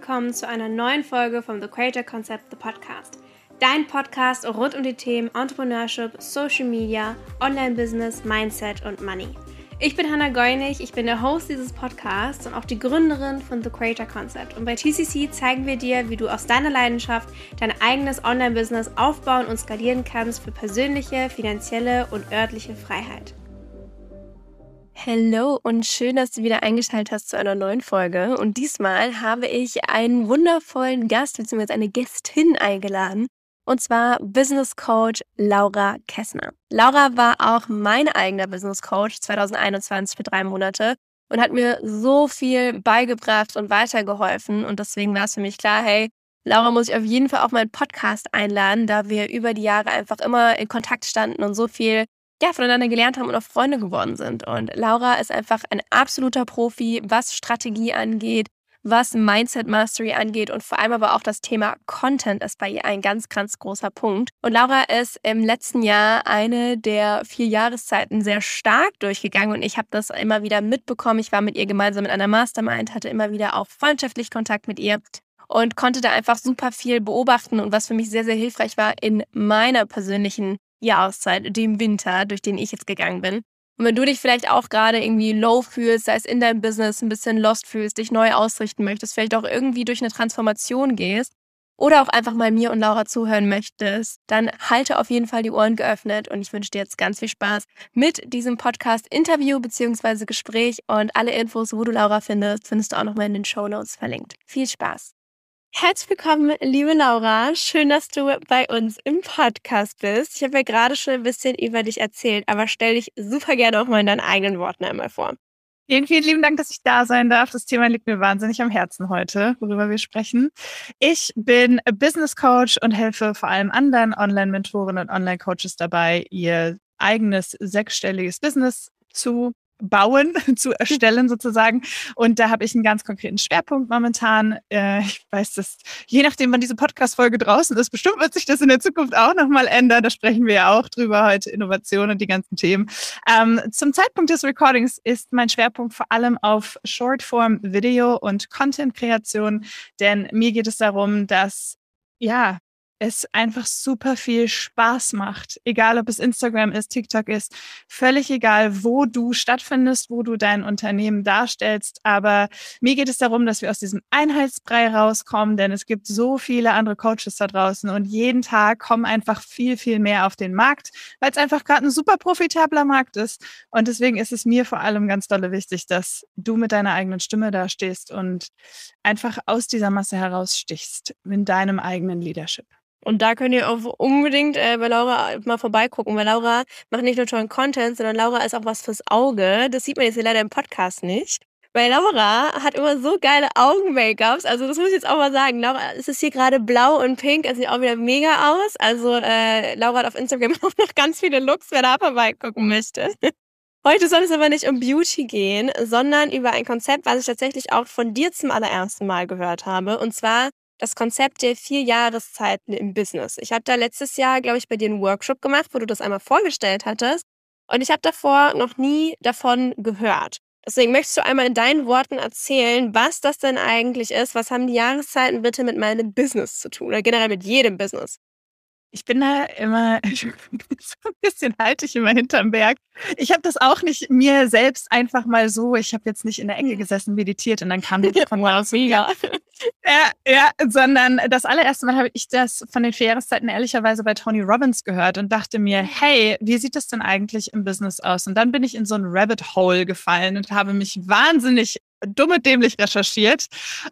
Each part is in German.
willkommen zu einer neuen Folge vom The Creator Concept, The Podcast. Dein Podcast rund um die Themen Entrepreneurship, Social Media, Online-Business, Mindset und Money. Ich bin Hannah Goinig, ich bin der Host dieses Podcasts und auch die Gründerin von The Creator Concept. Und bei TCC zeigen wir dir, wie du aus deiner Leidenschaft dein eigenes Online-Business aufbauen und skalieren kannst für persönliche, finanzielle und örtliche Freiheit. Hallo und schön, dass du wieder eingeschaltet hast zu einer neuen Folge. Und diesmal habe ich einen wundervollen Gast bzw. eine Gästin eingeladen. Und zwar Business Coach Laura Kessner. Laura war auch mein eigener Business Coach 2021 für 3 Monate und hat mir so viel beigebracht und weitergeholfen. Und deswegen war es für mich klar, hey, Laura muss ich auf jeden Fall auf meinen Podcast einladen, da wir über die Jahre einfach immer in Kontakt standen und so viel voneinander gelernt haben und auch Freunde geworden sind. Und Laura ist einfach ein absoluter Profi, was Strategie angeht, was Mindset Mastery angeht und vor allem aber auch das Thema Content ist bei ihr ein ganz, ganz großer Punkt. Und Laura ist im letzten Jahr eine der 4 Jahreszeiten sehr stark durchgegangen und ich habe das immer wieder mitbekommen. Ich war mit ihr gemeinsam in einer Mastermind, hatte immer wieder auch freundschaftlich Kontakt mit ihr und konnte da einfach super viel beobachten und was für mich sehr, sehr hilfreich war in meiner persönlichen Jahreszeit, dem Winter, durch den ich jetzt gegangen bin. Und wenn du dich vielleicht auch gerade irgendwie low fühlst, sei es in deinem Business, ein bisschen lost fühlst, dich neu ausrichten möchtest, vielleicht auch irgendwie durch eine Transformation gehst oder auch einfach mal mir und Laura zuhören möchtest, dann halte auf jeden Fall die Ohren geöffnet und ich wünsche dir jetzt ganz viel Spaß mit diesem Podcast-Interview bzw. Gespräch und alle Infos, wo du Laura findest, findest du auch nochmal in den Shownotes verlinkt. Viel Spaß! Herzlich willkommen, liebe Laura. Schön, dass du bei uns im Podcast bist. Ich habe ja gerade schon ein bisschen über dich erzählt, aber stell dich super gerne auch mal in deinen eigenen Worten einmal vor. Vielen, vielen lieben Dank, dass ich da sein darf. Das Thema liegt mir wahnsinnig am Herzen heute, worüber wir sprechen. Ich bin Business Coach und helfe vor allem anderen Online-Mentoren und Online-Coaches dabei, ihr eigenes 6-stelliges Business zu bauen, zu erstellen sozusagen. Und da habe ich einen ganz konkreten Schwerpunkt momentan. Ich weiß, dass je nachdem, wann diese Podcast-Folge draußen ist, bestimmt wird sich das in der Zukunft auch nochmal ändern. Da sprechen wir ja auch drüber heute, Innovation und die ganzen Themen. Zum Zeitpunkt des Recordings ist mein Schwerpunkt vor allem auf Shortform-Video und Content-Kreation, denn mir geht es darum, dass es einfach super viel Spaß macht. Egal, ob es Instagram ist, TikTok ist, völlig egal, wo du stattfindest, wo du dein Unternehmen darstellst. Aber mir geht es darum, dass wir aus diesem Einheitsbrei rauskommen, denn es gibt so viele andere Coaches da draußen und jeden Tag kommen einfach viel, viel mehr auf den Markt, weil es einfach gerade ein super profitabler Markt ist. Und deswegen ist es mir vor allem ganz dolle wichtig, dass du mit deiner eigenen Stimme da stehst und einfach aus dieser Masse herausstichst in deinem eigenen Leadership. Und da könnt ihr auch unbedingt bei Laura mal vorbeigucken, weil Laura macht nicht nur tollen Content, sondern Laura ist auch was fürs Auge. Das sieht man jetzt hier leider im Podcast nicht. Weil Laura hat immer so geile Augen-Make-ups. Also das muss ich jetzt auch mal sagen. Laura, es ist hier gerade blau und pink. Es sieht auch wieder mega aus. Also Laura hat auf Instagram auch noch ganz viele Looks, wer da vorbeigucken möchte. Heute soll es aber nicht um Beauty gehen, sondern über ein Konzept, was ich tatsächlich auch von dir zum allerersten Mal gehört habe. Und zwar das Konzept der 4 Jahreszeiten im Business. Ich habe da letztes Jahr, glaube ich, bei dir einen Workshop gemacht, wo du das einmal vorgestellt hattest. Und ich habe davor noch nie davon gehört. Deswegen möchtest du einmal in deinen Worten erzählen, was das denn eigentlich ist? Was haben die Jahreszeiten bitte mit meinem Business zu tun? Oder generell mit jedem Business? Ich bin da immer so ein bisschen haltig immer hinterm Berg. Ich habe das auch nicht mir selbst einfach mal so, ich habe jetzt nicht in der Ecke gesessen, meditiert und dann kam das von mega. Sondern das allererste Mal habe ich das von den 4 Jahreszeiten ehrlicherweise bei Tony Robbins gehört und dachte mir, hey, wie sieht das denn eigentlich im Business aus? Und dann bin ich in so ein Rabbit Hole gefallen und habe mich wahnsinnig dämlich recherchiert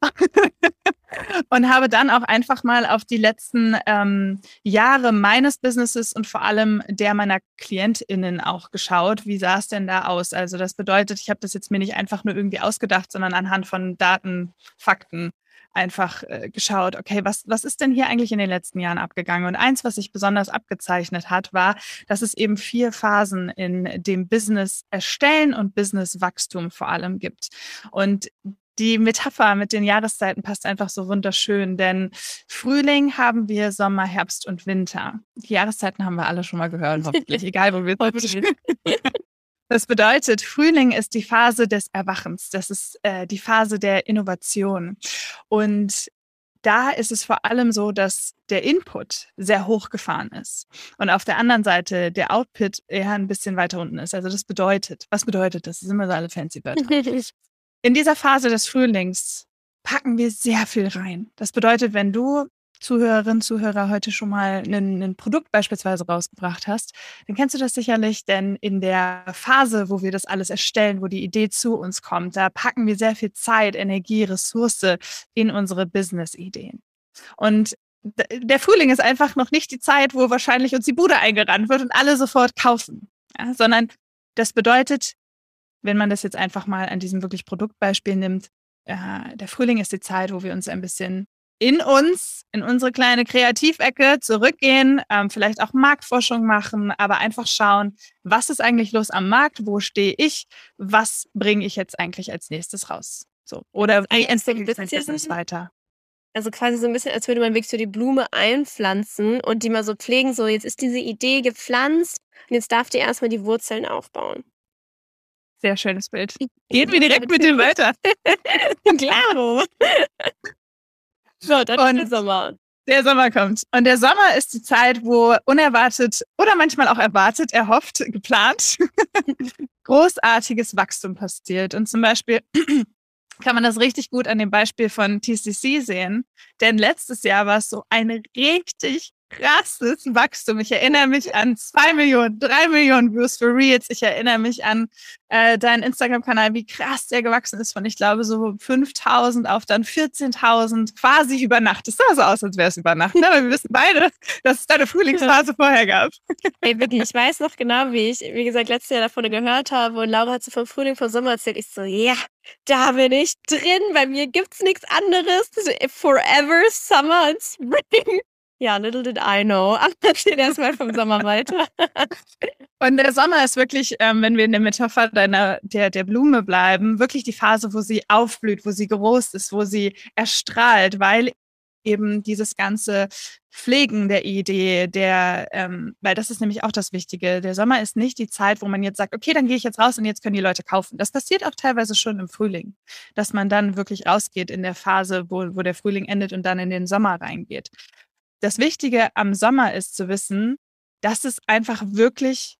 und habe dann auch einfach mal auf die letzten Jahre meines Businesses und vor allem der meiner KlientInnen auch geschaut. Wie sah es denn da aus? Also das bedeutet, ich habe das jetzt mir nicht einfach nur irgendwie ausgedacht, sondern anhand von Daten, Fakten einfach geschaut, okay, was ist denn hier eigentlich in den letzten Jahren abgegangen? Und eins, was sich besonders abgezeichnet hat, war, dass es eben 4 Phasen in dem Business erstellen und Business Wachstum vor allem gibt. Und die Metapher mit den Jahreszeiten passt einfach so wunderschön, denn Frühling haben wir Sommer, Herbst und Winter. Die Jahreszeiten haben wir alle schon mal gehört, hoffentlich, egal wo wir sind. Das bedeutet, Frühling ist die Phase des Erwachens. Das ist die Phase der Innovation. Und da ist es vor allem so, dass der Input sehr hochgefahren ist und auf der anderen Seite der Output eher ein bisschen weiter unten ist. Also das bedeutet, was bedeutet das? Das sind immer so alle fancy Wörter. In dieser Phase des Frühlings packen wir sehr viel rein. Das bedeutet, wenn du Zuhörerinnen, Zuhörer heute schon mal ein Produkt beispielsweise rausgebracht hast, dann kennst du das sicherlich, denn in der Phase, wo wir das alles erstellen, wo die Idee zu uns kommt, da packen wir sehr viel Zeit, Energie, Ressource in unsere Business-Ideen. Und der Frühling ist einfach noch nicht die Zeit, wo wahrscheinlich uns die Bude eingerannt wird und alle sofort kaufen, ja, sondern das bedeutet, wenn man das jetzt einfach mal an diesem wirklich Produktbeispiel nimmt, der Frühling ist die Zeit, wo wir uns ein bisschen in unsere kleine Kreativecke zurückgehen, vielleicht auch Marktforschung machen, aber einfach schauen, was ist eigentlich los am Markt, wo stehe ich, was bringe ich jetzt eigentlich als nächstes raus? So. Oder wie entwickle ich mein Business weiter? Also quasi so ein bisschen, als würde man wirklich so die Blume einpflanzen und die mal so pflegen, so jetzt ist diese Idee gepflanzt und jetzt darf die erstmal die Wurzeln aufbauen. Sehr schönes Bild. Gehen wir direkt mit dem weiter. Klaro. So, dann ist der Sommer. Der Sommer kommt. Und der Sommer ist die Zeit, wo unerwartet oder manchmal auch erwartet, erhofft, geplant, großartiges Wachstum passiert. Und zum Beispiel kann man das richtig gut an dem Beispiel von TCC sehen. Denn letztes Jahr war es so ein richtig krasses Wachstum. Ich erinnere mich an 2 Millionen, 3 Millionen Views für Reels. Ich erinnere mich an deinen Instagram-Kanal, wie krass der gewachsen ist von, ich glaube, so 5.000 auf dann 14.000 quasi über Nacht. Das sah so aus, als wäre es über Nacht. Ne? Aber wir wissen beide, dass es da eine Frühlingsphase vorher gab. Ey, wirklich, ich weiß noch genau, wie gesagt, letztes Jahr davon gehört habe und Laura hat so vom Frühling, vom Sommer erzählt. Ich so, ja, da bin ich drin. Bei mir gibt's nichts anderes. Forever Summer and Spring. Ja, little did I know. Aber erzähl erstmal vom Sommer weiter. Und der Sommer ist wirklich, wenn wir in der Metapher der Blume bleiben, wirklich die Phase, wo sie aufblüht, wo sie groß ist, wo sie erstrahlt, weil eben dieses ganze Pflegen der Idee, weil das ist nämlich auch das Wichtige. Der Sommer ist nicht die Zeit, wo man jetzt sagt, okay, dann gehe ich jetzt raus und jetzt können die Leute kaufen. Das passiert auch teilweise schon im Frühling, dass man dann wirklich rausgeht in der Phase, wo der Frühling endet und dann in den Sommer reingeht. Das Wichtige am Sommer ist zu wissen, dass es einfach wirklich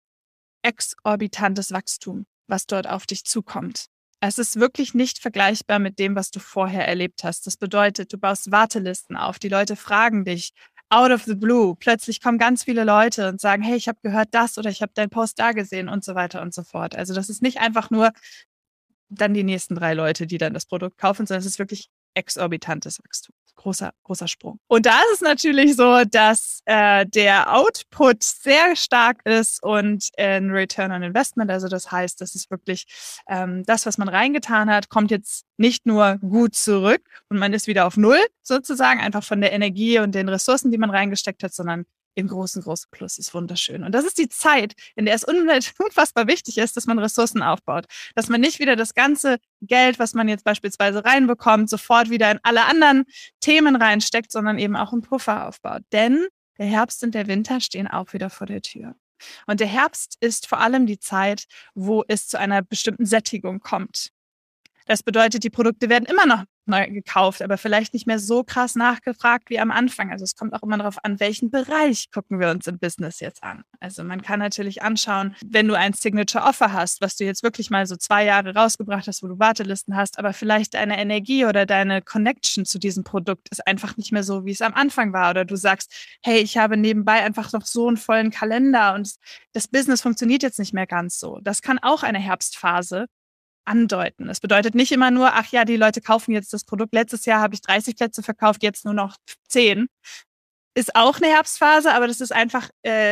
exorbitantes Wachstum, was dort auf dich zukommt. Es ist wirklich nicht vergleichbar mit dem, was du vorher erlebt hast. Das bedeutet, du baust Wartelisten auf, die Leute fragen dich out of the blue. Plötzlich kommen ganz viele Leute und sagen, hey, ich habe gehört das oder ich habe deinen Post da gesehen und so weiter und so fort. Also das ist nicht einfach nur dann die nächsten 3 Leute, die dann das Produkt kaufen, sondern es ist wirklich exorbitantes Wachstum. Großer Sprung. Und da ist es natürlich so, dass der Output sehr stark ist und ein Return on Investment, also das heißt, das ist wirklich das, was man reingetan hat, kommt jetzt nicht nur gut zurück und man ist wieder auf Null sozusagen, einfach von der Energie und den Ressourcen, die man reingesteckt hat, sondern im großen Plus ist wunderschön. Und das ist die Zeit, in der es unfassbar wichtig ist, dass man Ressourcen aufbaut. Dass man nicht wieder das ganze Geld, was man jetzt beispielsweise reinbekommt, sofort wieder in alle anderen Themen reinsteckt, sondern eben auch einen Puffer aufbaut. Denn der Herbst und der Winter stehen auch wieder vor der Tür. Und der Herbst ist vor allem die Zeit, wo es zu einer bestimmten Sättigung kommt. Das bedeutet, die Produkte werden immer noch neu gekauft, aber vielleicht nicht mehr so krass nachgefragt wie am Anfang. Also es kommt auch immer darauf an, welchen Bereich gucken wir uns im Business jetzt an. Also man kann natürlich anschauen, wenn du ein Signature Offer hast, was du jetzt wirklich mal so 2 Jahre rausgebracht hast, wo du Wartelisten hast, aber vielleicht deine Energie oder deine Connection zu diesem Produkt ist einfach nicht mehr so, wie es am Anfang war. Oder du sagst, hey, ich habe nebenbei einfach noch so einen vollen Kalender und das Business funktioniert jetzt nicht mehr ganz so. Das kann auch eine Herbstphase andeuten. Es bedeutet nicht immer nur, ach ja, die Leute kaufen jetzt das Produkt. Letztes Jahr habe ich 30 Plätze verkauft, jetzt nur noch 10. Ist auch eine Herbstphase, aber das ist einfach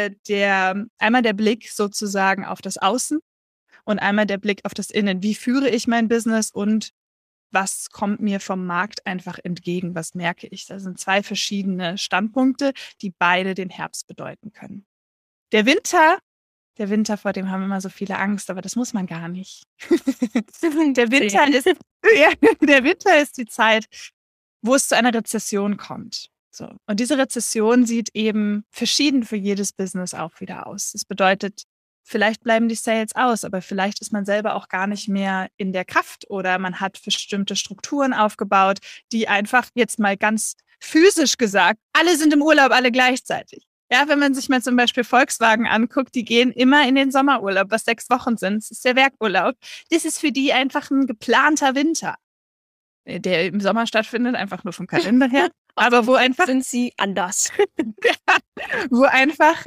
einmal der Blick sozusagen auf das Außen und einmal der Blick auf das Innen. Wie führe ich mein Business und was kommt mir vom Markt einfach entgegen? Was merke ich? Das sind 2 verschiedene Standpunkte, die beide den Herbst bedeuten können. Der Winter, vor dem haben immer so viele Angst, aber das muss man gar nicht. Der Winter ist die Zeit, wo es zu einer Rezession kommt. So. Und diese Rezession sieht eben verschieden für jedes Business auch wieder aus. Das bedeutet, vielleicht bleiben die Sales aus, aber vielleicht ist man selber auch gar nicht mehr in der Kraft oder man hat bestimmte Strukturen aufgebaut, die einfach jetzt mal ganz physisch gesagt, alle sind im Urlaub, alle gleichzeitig. Ja, wenn man sich mal zum Beispiel Volkswagen anguckt, die gehen immer in den Sommerurlaub, was 6 Wochen sind. Das ist der Werkurlaub. Das ist für die einfach ein geplanter Winter, der im Sommer stattfindet, einfach nur vom Kalender her. Aber wo einfach sind sie anders. wo einfach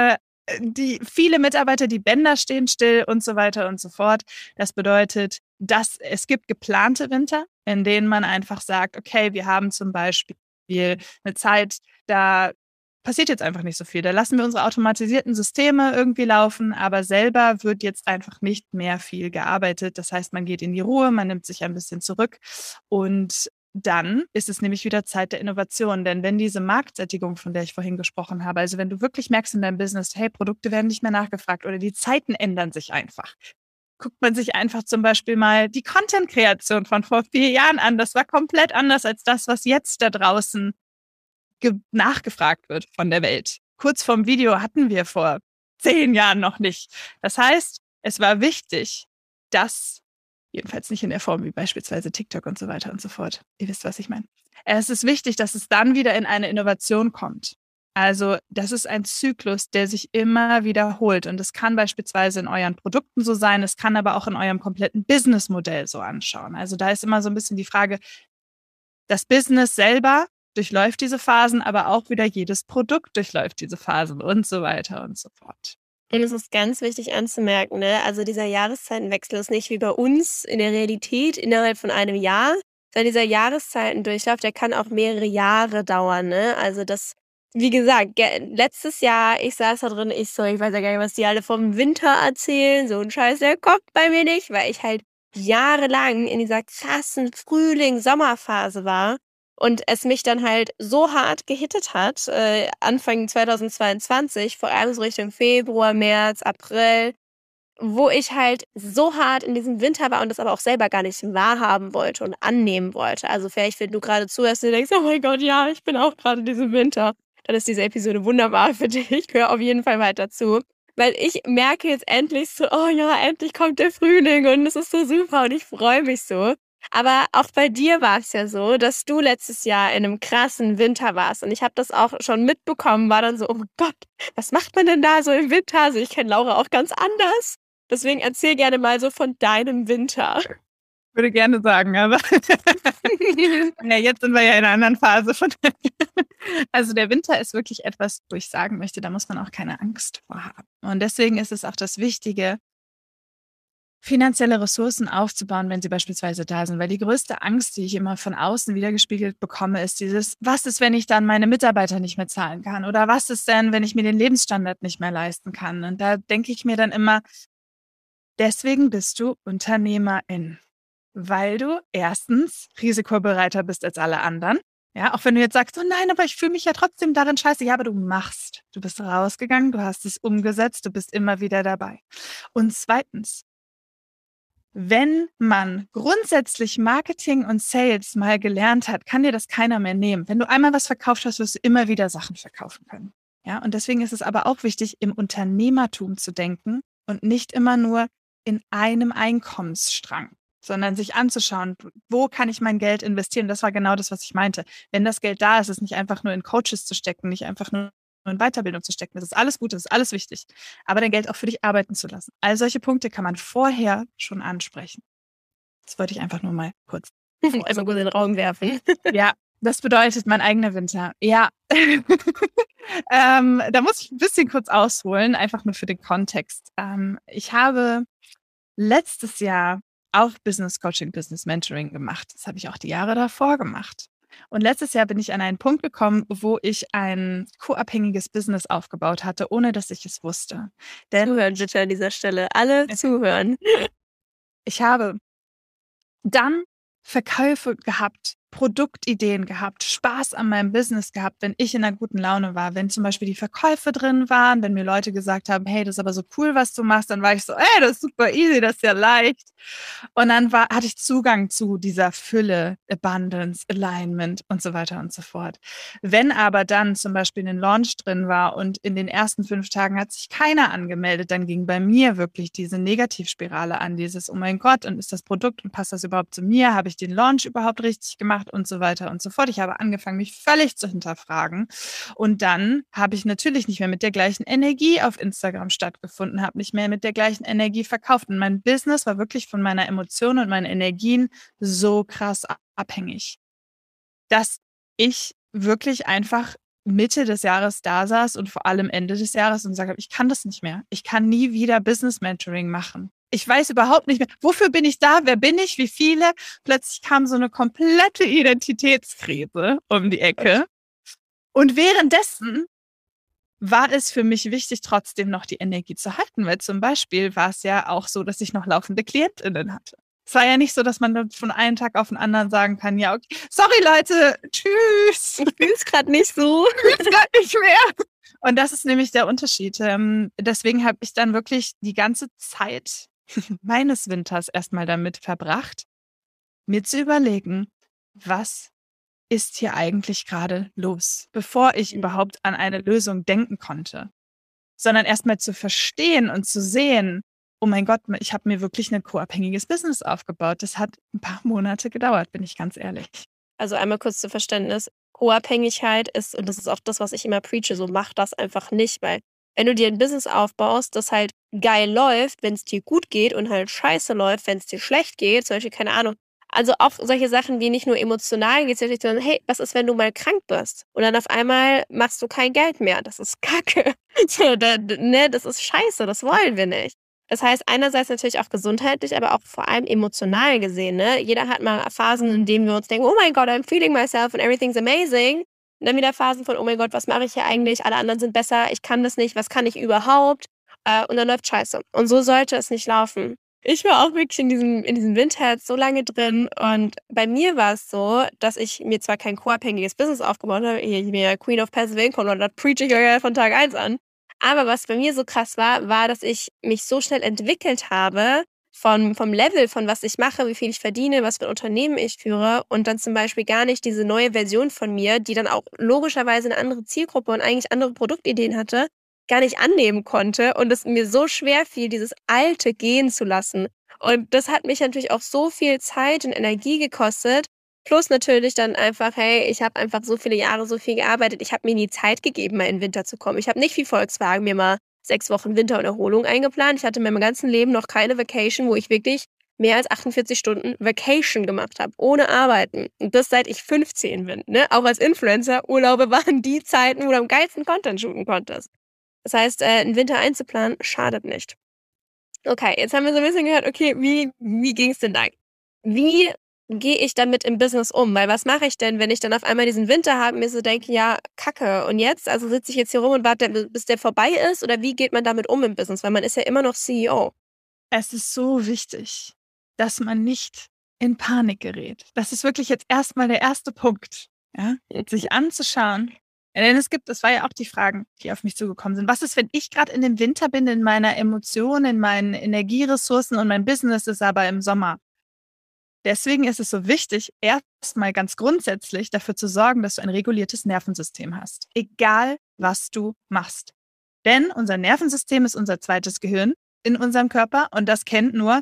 die viele Mitarbeiter, die Bänder stehen still und so weiter und so fort. Das bedeutet, dass es gibt geplante Winter, in denen man einfach sagt, okay, wir haben zum Beispiel eine Zeit, da passiert jetzt einfach nicht so viel. Da lassen wir unsere automatisierten Systeme irgendwie laufen, aber selber wird jetzt einfach nicht mehr viel gearbeitet. Das heißt, man geht in die Ruhe, man nimmt sich ein bisschen zurück und dann ist es nämlich wieder Zeit der Innovation. Denn wenn diese Marktsättigung, von der ich vorhin gesprochen habe, also wenn du wirklich merkst in deinem Business, hey, Produkte werden nicht mehr nachgefragt oder die Zeiten ändern sich einfach, guckt man sich einfach zum Beispiel mal die Content-Kreation von vor 4 Jahren an. Das war komplett anders als das, was jetzt da draußen nachgefragt wird von der Welt. Kurz vorm Video hatten wir vor 10 Jahren noch nicht. Das heißt, es war wichtig, dass, jedenfalls nicht in der Form wie beispielsweise TikTok und so weiter und so fort. Ihr wisst, was ich meine. Es ist wichtig, dass es dann wieder in eine Innovation kommt. Also das ist ein Zyklus, der sich immer wiederholt. Und es kann beispielsweise in euren Produkten so sein, es kann aber auch in eurem kompletten Businessmodell so anschauen. Also da ist immer so ein bisschen die Frage, das Business selber durchläuft diese Phasen, aber auch wieder jedes Produkt durchläuft diese Phasen und so weiter und so fort. Und es ist ganz wichtig anzumerken, ne? Also dieser Jahreszeitenwechsel ist nicht wie bei uns in der Realität innerhalb von einem Jahr, sondern dieser Jahreszeitendurchlauf, der kann auch mehrere Jahre dauern, ne? Also das, wie gesagt, letztes Jahr, ich saß da drin, ich weiß ja gar nicht, was die alle vom Winter erzählen, so ein Scheiß, der kommt bei mir nicht, weil ich halt jahrelang in dieser krassen Frühling-Sommerphase war. Und es mich dann halt so hart gehittet hat, Anfang 2022, vor allem so Richtung Februar, März, April, wo ich halt so hart in diesem Winter war und das aber auch selber gar nicht wahrhaben wollte und annehmen wollte. Also vielleicht, wenn du gerade zuhörst und denkst, oh mein Gott, ja, ich bin auch gerade in diesem Winter, dann ist diese Episode wunderbar für dich. Hör auf jeden Fall weiter zu. Weil ich merke jetzt endlich so, oh ja, endlich kommt der Frühling und es ist so super und ich freue mich so. Aber auch bei dir war es ja so, dass du letztes Jahr in einem krassen Winter warst. Und ich habe das auch schon mitbekommen, war dann so, oh mein Gott, was macht man denn da so im Winter? Also ich kenne Laura auch ganz anders. Deswegen erzähl gerne mal so von deinem Winter. Würde gerne sagen, aber ja, jetzt sind wir ja in einer anderen Phase. Also der Winter ist wirklich etwas, wo ich sagen möchte, da muss man auch keine Angst vor haben. Und deswegen ist es auch das Wichtige, finanzielle Ressourcen aufzubauen, wenn sie beispielsweise da sind. Weil die größte Angst, die ich immer von außen wiedergespiegelt bekomme, ist dieses, was ist, wenn ich dann meine Mitarbeiter nicht mehr zahlen kann? Oder was ist denn, wenn ich mir den Lebensstandard nicht mehr leisten kann? Und da denke ich mir dann immer, deswegen bist du Unternehmerin. Weil du erstens risikobereiter bist als alle anderen. Ja, auch wenn du jetzt sagst, oh nein, aber ich fühle mich ja trotzdem darin scheiße. Ja, aber du machst. Du bist rausgegangen, du hast es umgesetzt, du bist immer wieder dabei. Und zweitens, wenn man grundsätzlich Marketing und Sales mal gelernt hat, kann dir das keiner mehr nehmen. Wenn du einmal was verkauft hast, wirst du immer wieder Sachen verkaufen können. Ja, und deswegen ist es aber auch wichtig, im Unternehmertum zu denken und nicht immer nur in einem Einkommensstrang, sondern sich anzuschauen, wo kann ich mein Geld investieren? Das war genau das, was ich meinte. Wenn das Geld da ist, ist nicht einfach nur in Coaches zu stecken, nicht einfach nur in Weiterbildung zu stecken. Das ist alles gut, das ist alles wichtig. Aber dein Geld auch für dich arbeiten zu lassen. All solche Punkte kann man vorher schon ansprechen. Das wollte ich einfach nur mal kurz einmal gut in den Raum werfen. Ja, das bedeutet mein eigener Winter. Ja, da muss ich ein bisschen kurz ausholen, einfach nur für den Kontext. Ich habe letztes Jahr auch Business Coaching, Business Mentoring gemacht. Das habe ich auch die Jahre davor gemacht. Und letztes Jahr bin ich an einen Punkt gekommen, wo ich ein co-abhängiges Business aufgebaut hatte, ohne dass ich es wusste. Denn Zuhören bitte an dieser Stelle. Alle zuhören. ich habe dann Verkäufe gehabt Produktideen gehabt, Spaß an meinem Business gehabt, wenn ich in einer guten Laune war, wenn zum Beispiel die Verkäufe drin waren, wenn mir Leute gesagt haben, hey, das ist aber so cool, was du machst, dann war ich so, ey, das ist super easy, das ist ja leicht. Und dann hatte ich Zugang zu dieser Fülle, Abundance, Alignment und so weiter und so fort. Wenn aber dann zum Beispiel ein Launch drin war und in den ersten 5 Tagen hat sich keiner angemeldet, dann ging bei mir wirklich diese Negativspirale an, dieses, oh mein Gott, und ist das Produkt und passt das überhaupt zu mir? Habe ich den Launch überhaupt richtig gemacht und so weiter und so fort. Ich habe angefangen, mich völlig zu hinterfragen. Und dann habe ich natürlich nicht mehr mit der gleichen Energie auf Instagram stattgefunden, habe nicht mehr mit der gleichen Energie verkauft. Und mein Business war wirklich von meiner Emotion und meinen Energien so krass abhängig, dass ich wirklich einfach Mitte des Jahres da saß und vor allem Ende des Jahres und gesagt habe, ich kann das nicht mehr. Ich kann nie wieder Business Mentoring machen. Ich weiß überhaupt nicht mehr, wofür bin ich da, wer bin ich, wie viele. Plötzlich kam so eine komplette Identitätskrise um die Ecke. Und währenddessen war es für mich wichtig, trotzdem noch die Energie zu halten, weil zum Beispiel war es ja auch so, dass ich noch laufende KlientInnen hatte. Es war ja nicht so, dass man dann von einem Tag auf den anderen sagen kann, ja, okay, sorry Leute, tschüss. Ich fühle es gerade nicht so. Ich will es gerade nicht mehr. Und das ist nämlich der Unterschied. Deswegen habe ich dann wirklich die ganze Zeit meines Winters erstmal damit verbracht, mir zu überlegen, was ist hier eigentlich gerade los, bevor ich überhaupt an eine Lösung denken konnte, sondern erstmal zu verstehen und zu sehen, oh mein Gott, ich habe mir wirklich ein co-abhängiges Business aufgebaut. Das hat ein paar Monate gedauert, bin ich ganz ehrlich. Also einmal kurz zu Verständnis. Co-Abhängigkeit ist, und das ist auch das, was ich immer preache, so mach das einfach nicht, weil wenn du dir ein Business aufbaust, das halt geil läuft, wenn es dir gut geht und halt scheiße läuft, wenn es dir schlecht geht, zum Beispiel, keine Ahnung, also auch solche Sachen wie nicht nur emotional geht es sondern hey, was ist, wenn du mal krank bist? Und dann auf einmal machst du kein Geld mehr. Das ist Kacke. So, das ist scheiße, das wollen wir nicht. Das heißt, einerseits natürlich auch gesundheitlich, aber auch vor allem emotional gesehen. Ne? Jeder hat mal Phasen, in denen wir uns denken, oh mein Gott, I'm feeling myself and everything's amazing. Und dann wieder Phasen von, oh mein Gott, was mache ich hier eigentlich? Alle anderen sind besser, ich kann das nicht, was kann ich überhaupt? Und dann läuft scheiße. Und so sollte es nicht laufen. Ich war auch wirklich in diesem Winter so lange drin und bei mir war es so, dass ich mir zwar kein co-abhängiges Business aufgebaut habe, ich bin ja Queen of Passive Income und das preach ich euch ja von Tag 1 an, aber was bei mir so krass war, dass ich mich so schnell entwickelt habe vom Level, von was ich mache, wie viel ich verdiene, was für ein Unternehmen ich führe und dann zum Beispiel gar nicht diese neue Version von mir, die dann auch logischerweise eine andere Zielgruppe und eigentlich andere Produktideen hatte, gar nicht annehmen konnte und es mir so schwer fiel, dieses Alte gehen zu lassen. Und das hat mich natürlich auch so viel Zeit und Energie gekostet. Plus natürlich dann einfach, hey, ich habe einfach so viele Jahre so viel gearbeitet. Ich habe mir nie Zeit gegeben, mal in den Winter zu kommen. Ich habe nicht wie Volkswagen mir mal 6 Wochen Winter- und Erholung eingeplant. Ich hatte in meinem ganzen Leben noch keine Vacation, wo ich wirklich mehr als 48 Stunden Vacation gemacht habe, ohne Arbeiten. Und das seit ich 15 bin. Ne? Auch als Influencer, Urlaube waren die Zeiten, wo du am geilsten Content shooten konntest. Das heißt, einen Winter einzuplanen, schadet nicht. Okay, jetzt haben wir so ein bisschen gehört, okay, wie ging es denn da? Wie gehe ich damit im Business um? Weil was mache ich denn, wenn ich dann auf einmal diesen Winter habe und mir so denke, ja, Kacke, und jetzt? Also sitze ich jetzt hier rum und warte, bis der vorbei ist? Oder wie geht man damit um im Business? Weil man ist ja immer noch CEO. Es ist so wichtig, dass man nicht in Panik gerät. Das ist wirklich jetzt erstmal der erste Punkt, ja? Sich anzuschauen. Denn das war ja auch die Fragen, die auf mich zugekommen sind. Was ist, wenn ich gerade in dem Winter bin, in meiner Emotion, in meinen Energieressourcen und mein Business ist aber im Sommer? Deswegen ist es so wichtig, erstmal ganz grundsätzlich dafür zu sorgen, dass du ein reguliertes Nervensystem hast. Egal, was du machst. Denn unser Nervensystem ist unser zweites Gehirn in unserem Körper und das kennt nur,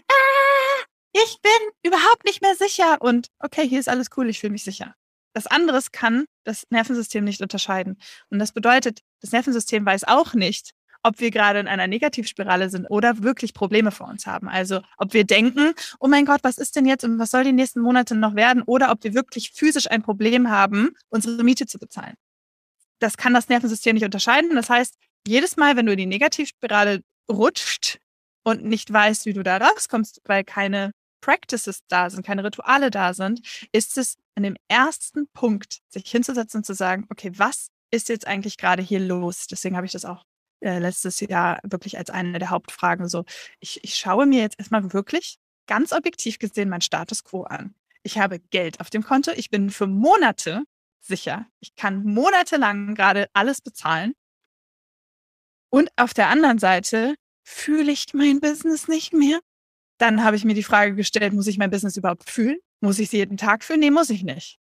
ich bin überhaupt nicht mehr sicher und okay, hier ist alles cool, ich fühle mich sicher. Das andere kann das Nervensystem nicht unterscheiden. Und das bedeutet, das Nervensystem weiß auch nicht, ob wir gerade in einer Negativspirale sind oder wirklich Probleme vor uns haben. Also ob wir denken, oh mein Gott, was ist denn jetzt und was soll die nächsten Monate noch werden? Oder ob wir wirklich physisch ein Problem haben, unsere Miete zu bezahlen. Das kann das Nervensystem nicht unterscheiden. Das heißt, jedes Mal, wenn du in die Negativspirale rutscht und nicht weißt, wie du da rauskommst, weil keine Practices da sind, keine Rituale da sind, ist es an dem ersten Punkt, sich hinzusetzen und zu sagen, okay, was ist jetzt eigentlich gerade hier los? Deswegen habe ich das auch letztes Jahr wirklich als eine der Hauptfragen so, ich schaue mir jetzt erstmal wirklich ganz objektiv gesehen meinen Status quo an. ich habe Geld auf dem Konto, ich bin für Monate sicher, ich kann monatelang gerade alles bezahlen. Und auf der anderen Seite fühle ich mein Business nicht mehr. Dann habe ich mir die Frage gestellt, muss ich mein Business überhaupt fühlen? Muss ich es jeden Tag fühlen? Nee, muss ich nicht.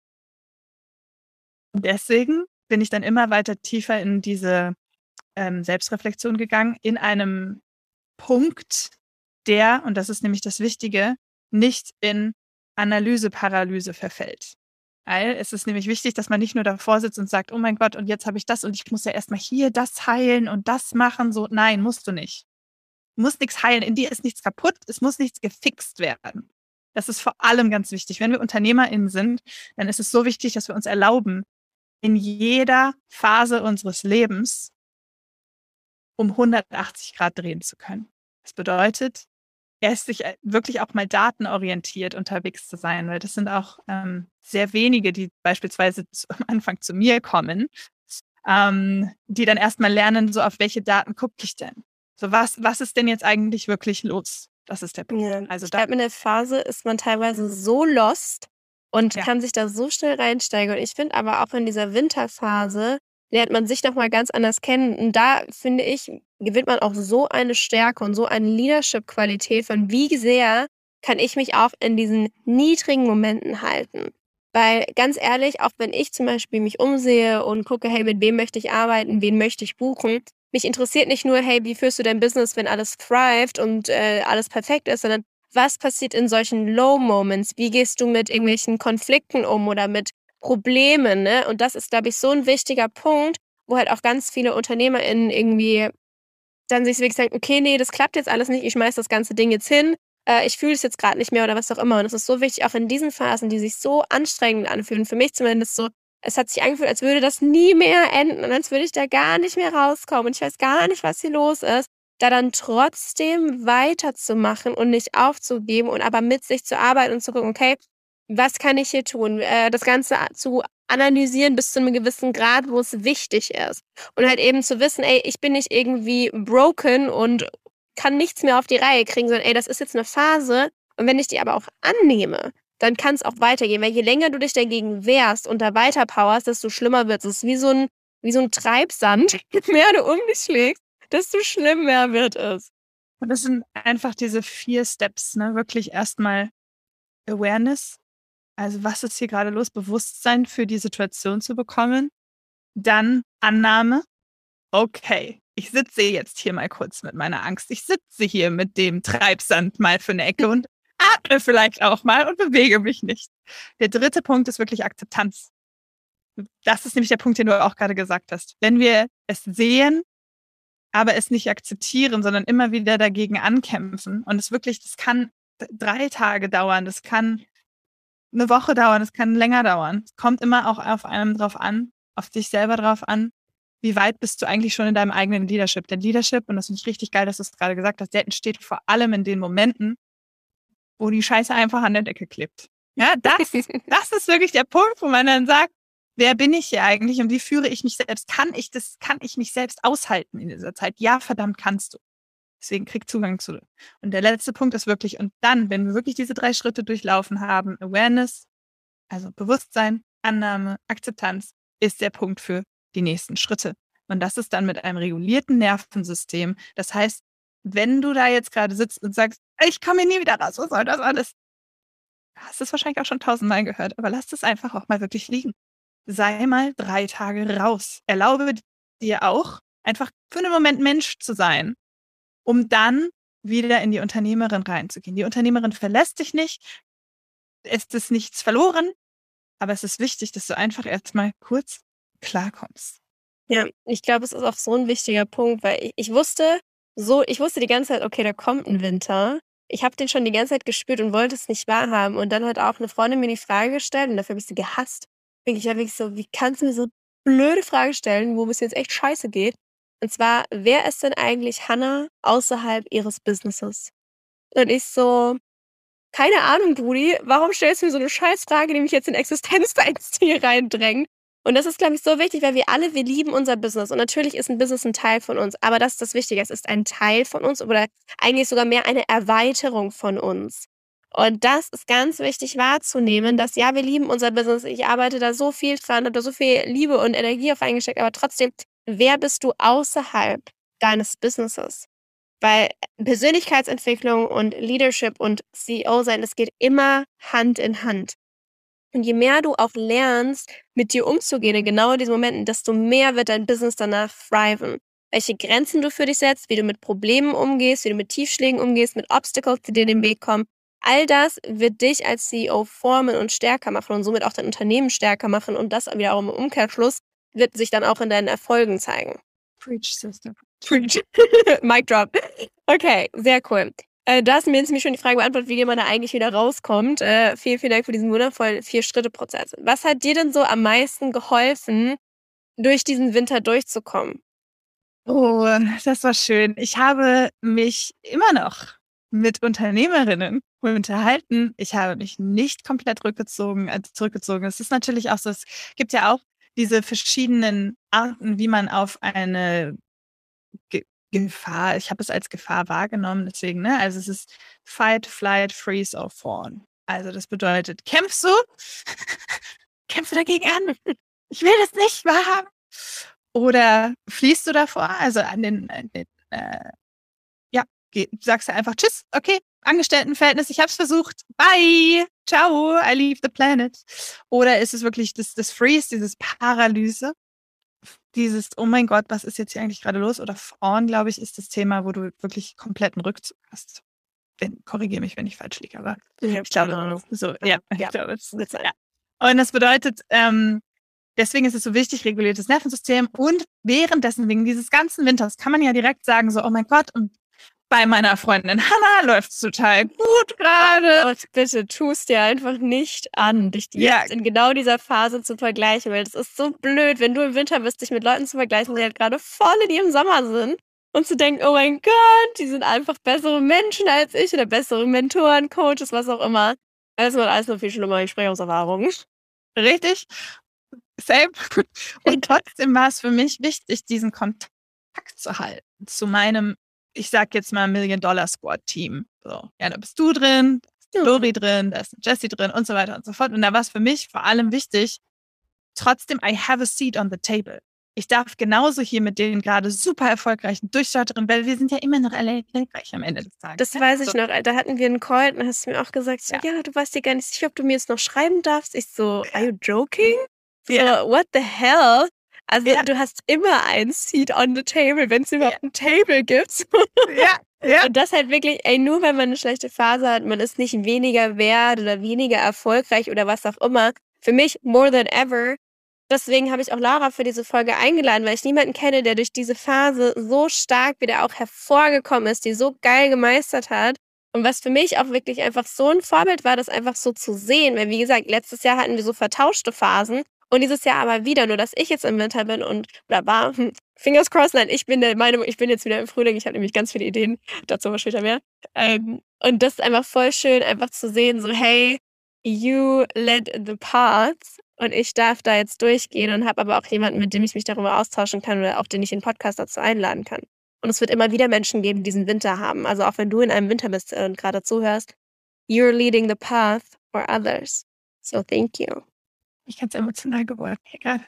Und deswegen bin ich dann immer weiter tiefer in diese Selbstreflexion gegangen, in einem Punkt, der, und das ist nämlich das Wichtige, nicht in Analyse-Paralyse verfällt. Weil es ist nämlich wichtig, dass man nicht nur davor sitzt und sagt, oh mein Gott, und jetzt habe ich das und ich muss ja erstmal hier das heilen und das machen. So, nein, musst du nicht. Du musst nichts heilen, in dir ist nichts kaputt, es muss nichts gefixt werden. Das ist vor allem ganz wichtig. Wenn wir UnternehmerInnen sind, dann ist es so wichtig, dass wir uns erlauben, in jeder Phase unseres Lebens um 180 Grad drehen zu können. Das bedeutet, erst sich wirklich auch mal datenorientiert unterwegs zu sein, weil das sind auch sehr wenige, die beispielsweise am Anfang zu mir kommen, die dann erstmal lernen, so auf welche Daten gucke ich denn? So was ist denn jetzt eigentlich wirklich los? Das ist der Punkt. Ja. Also Ich glaube, in der Phase ist man teilweise so lost und kann sich da so schnell reinsteigen. Und ich finde aber auch in dieser Winterphase lernt man sich nochmal ganz anders kennen. Und da, finde ich, gewinnt man auch so eine Stärke und so eine Leadership-Qualität von wie sehr kann ich mich auch in diesen niedrigen Momenten halten. Weil ganz ehrlich, auch wenn ich zum Beispiel mich umsehe und gucke, hey, mit wem möchte ich arbeiten, wen möchte ich buchen, mich interessiert nicht nur, hey, wie führst du dein Business, wenn alles thrived und alles perfekt ist, sondern was passiert in solchen Low-Moments? Wie gehst du mit irgendwelchen Konflikten um oder mit Problemen, ne? Und das ist, glaube ich, so ein wichtiger Punkt, wo halt auch ganz viele UnternehmerInnen irgendwie dann sich wirklich sagen, okay, nee, das klappt jetzt alles nicht, ich schmeiß das ganze Ding jetzt hin, ich fühle es jetzt gerade nicht mehr oder was auch immer. Und es ist so wichtig, auch in diesen Phasen, die sich so anstrengend anfühlen, für mich zumindest so, es hat sich angefühlt, als würde das nie mehr enden und als würde ich da gar nicht mehr rauskommen und ich weiß gar nicht, was hier los ist, da dann trotzdem weiterzumachen und nicht aufzugeben und aber mit sich zu arbeiten und zu gucken, okay, was kann ich hier tun? Das Ganze zu analysieren bis zu einem gewissen Grad, wo es wichtig ist. Und halt eben zu wissen, ey, ich bin nicht irgendwie broken und kann nichts mehr auf die Reihe kriegen, sondern ey, das ist jetzt eine Phase. Und wenn ich die aber auch annehme, dann kann es auch weitergehen. Weil je länger du dich dagegen wehrst und da weiter powerst, desto schlimmer wird es. Es ist wie so ein Treibsand, je mehr du um dich schlägst, desto schlimmer wird es. Und das sind einfach diese 4 Steps, ne? Wirklich erstmal Awareness. Also was ist hier gerade los? Bewusstsein für die Situation zu bekommen. Dann Annahme. Okay, ich sitze jetzt hier mal kurz mit meiner Angst. Ich sitze hier mit dem Treibsand mal für eine Ecke und atme vielleicht auch mal und bewege mich nicht. Der 3. Punkt ist wirklich Akzeptanz. Das ist nämlich der Punkt, den du auch gerade gesagt hast. Wenn wir es sehen, aber es nicht akzeptieren, sondern immer wieder dagegen ankämpfen und es wirklich, das kann 3 Tage dauern, das kann eine Woche dauern, das kann länger dauern. Es kommt immer auch auf einem drauf an, auf dich selber drauf an, wie weit bist du eigentlich schon in deinem eigenen Leadership. Denn Leadership, und das finde ich richtig geil, dass du es gerade gesagt hast, der entsteht vor allem in den Momenten, wo die Scheiße einfach an der Decke klebt. Ja, das ist wirklich der Punkt, wo man dann sagt, wer bin ich hier eigentlich und wie führe ich mich selbst? Kann ich mich selbst aushalten in dieser Zeit? Ja, verdammt kannst du. Deswegen krieg Zugang zu. Und der letzte Punkt ist wirklich, und dann, wenn wir wirklich diese 3 Schritte durchlaufen haben, Awareness, also Bewusstsein, Annahme, Akzeptanz, ist der Punkt für die nächsten Schritte. Und das ist dann mit einem regulierten Nervensystem. Das heißt, wenn du da jetzt gerade sitzt und sagst, ich komme hier nie wieder raus, was soll das alles? Hast du es wahrscheinlich auch schon 1000-mal gehört, aber lass es einfach auch mal wirklich liegen. Sei mal 3 Tage raus. Erlaube dir auch, einfach für einen Moment Mensch zu sein, um dann wieder in die Unternehmerin reinzugehen. Die Unternehmerin verlässt dich nicht, es ist nichts verloren, aber es ist wichtig, dass du einfach erstmal kurz klarkommst. Ja, ich glaube, es ist auch so ein wichtiger Punkt, weil ich wusste die ganze Zeit, okay, da kommt ein Winter. Ich habe den schon die ganze Zeit gespürt und wollte es nicht wahrhaben. Und dann hat auch eine Freundin mir die Frage gestellt und dafür habe ich sie gehasst. Ich war wirklich so, wie kannst du mir so blöde Frage stellen, wo es jetzt echt scheiße geht? Und zwar, wer ist denn eigentlich Hannah außerhalb ihres Businesses? Und ich so, keine Ahnung, Brudi, warum stellst du mir so eine Scheißfrage, die mich jetzt in Existenzängste hier reindrängt? Und das ist, glaube ich, so wichtig, weil wir lieben unser Business. Und natürlich ist ein Business ein Teil von uns. Aber das ist das Wichtige. Es ist ein Teil von uns oder eigentlich sogar mehr eine Erweiterung von uns. Und das ist ganz wichtig wahrzunehmen, dass ja, wir lieben unser Business, ich arbeite da so viel dran, habe da so viel Liebe und Energie auf eingesteckt, aber trotzdem, wer bist du außerhalb deines Businesses? Weil Persönlichkeitsentwicklung und Leadership und CEO sein, das geht immer Hand in Hand. Und je mehr du auch lernst, mit dir umzugehen in genau diesen Momenten, desto mehr wird dein Business danach thriven. Welche Grenzen du für dich setzt, wie du mit Problemen umgehst, wie du mit Tiefschlägen umgehst, mit Obstacles, die dir in den Weg kommen. All das wird dich als CEO formen und stärker machen und somit auch dein Unternehmen stärker machen. Und das wiederum im Umkehrschluss wird sich dann auch in deinen Erfolgen zeigen. Preach, Sister. Preach. Mic drop. Okay, sehr cool. Da hast du mir jetzt nämlich schon die Frage beantwortet, wie man da eigentlich wieder rauskommt. Vielen, vielen Dank für diesen wundervollen 4-Schritte-Prozess. Was hat dir denn so am meisten geholfen, durch diesen Winter durchzukommen? Oh, das war schön. Ich habe mich immer noch mit Unternehmerinnen unterhalten. Ich habe mich nicht komplett zurückgezogen. Es ist natürlich auch so, es gibt ja auch diese verschiedenen Arten, wie man auf eine Gefahr, ich habe es als Gefahr wahrgenommen, deswegen, ne? Also es ist Fight, Flight, Freeze or Fawn. Also das bedeutet, kämpfst du? Kämpfe dagegen an. Ich will das nicht wahrhaben. Oder fliehst du davor? Also sagst du einfach Tschüss, okay, Angestelltenverhältnis, ich hab's versucht, bye, ciao, I leave the planet. Oder ist es wirklich das Freeze, dieses Paralyse, dieses, oh mein Gott, was ist jetzt hier eigentlich gerade los? Oder Fawn, glaube ich, ist das Thema, wo du wirklich kompletten Rückzug hast. Korrigiere mich, wenn ich falsch liege, aber ich glaube, so, ja. Ich glaube, ja. Und das bedeutet, deswegen ist es so wichtig, reguliertes Nervensystem. Und währenddessen, wegen dieses ganzen Winters, kann man ja direkt sagen, so, oh mein Gott, und bei meiner Freundin Hannah läuft es total gut gerade. Oh, bitte, tu es dir einfach nicht an, dich jetzt in genau dieser Phase zu vergleichen, weil das ist so blöd, wenn du im Winter bist, dich mit Leuten zu vergleichen, die halt gerade voll in ihrem Sommer sind und zu denken, oh mein Gott, die sind einfach bessere Menschen als ich oder bessere Mentoren, Coaches, was auch immer. Das wird alles noch viel schlimmer, ich spreche aus Erfahrung. Richtig? Same. Und trotzdem war es für mich wichtig, diesen Kontakt zu halten zu meinem, ich sag jetzt mal Million-Dollar-Squad-Team. So, ja, da bist du drin, da ist Lori drin, da ist Jessie drin und so weiter und so fort. Und da war es für mich vor allem wichtig, trotzdem, I have a seat on the table. Ich darf genauso hier mit den gerade super erfolgreichen Durchstarterinnen, weil wir sind ja immer noch alle erfolgreich am Ende des Tages. Das weiß ich noch. Da hatten wir einen Call und hast du mir auch gesagt, so, ja, du weißt dir gar nicht sicher, ob du mir jetzt noch schreiben darfst. Ich so, are you joking? So, what the hell? Also du hast immer ein Seat on the table, wenn es überhaupt ein Table gibt. Ja. Und das halt wirklich, nur weil man eine schlechte Phase hat, man ist nicht weniger wert oder weniger erfolgreich oder was auch immer. Für mich more than ever. Deswegen habe ich auch Laura für diese Folge eingeladen, weil ich niemanden kenne, der durch diese Phase so stark wieder auch hervorgekommen ist, die so geil gemeistert hat. Und was für mich auch wirklich einfach so ein Vorbild war, das einfach so zu sehen. Weil wie gesagt, letztes Jahr hatten wir so vertauschte Phasen und dieses Jahr aber wieder, nur dass ich jetzt im Winter bin und oder war, fingers crossed, nein, ich bin der Meinung, ich bin jetzt wieder im Frühling, ich habe nämlich ganz viele Ideen, dazu aber später mehr. Und das ist einfach voll schön, einfach zu sehen, so hey, you led the path und ich darf da jetzt durchgehen und habe aber auch jemanden, mit dem ich mich darüber austauschen kann oder auch den ich in den Podcast dazu einladen kann. Und es wird immer wieder Menschen geben, die diesen Winter haben. Also auch wenn du in einem Winter bist und gerade zuhörst, you're leading the path for others. So thank you. Ich ganz emotional geworden hier gerade.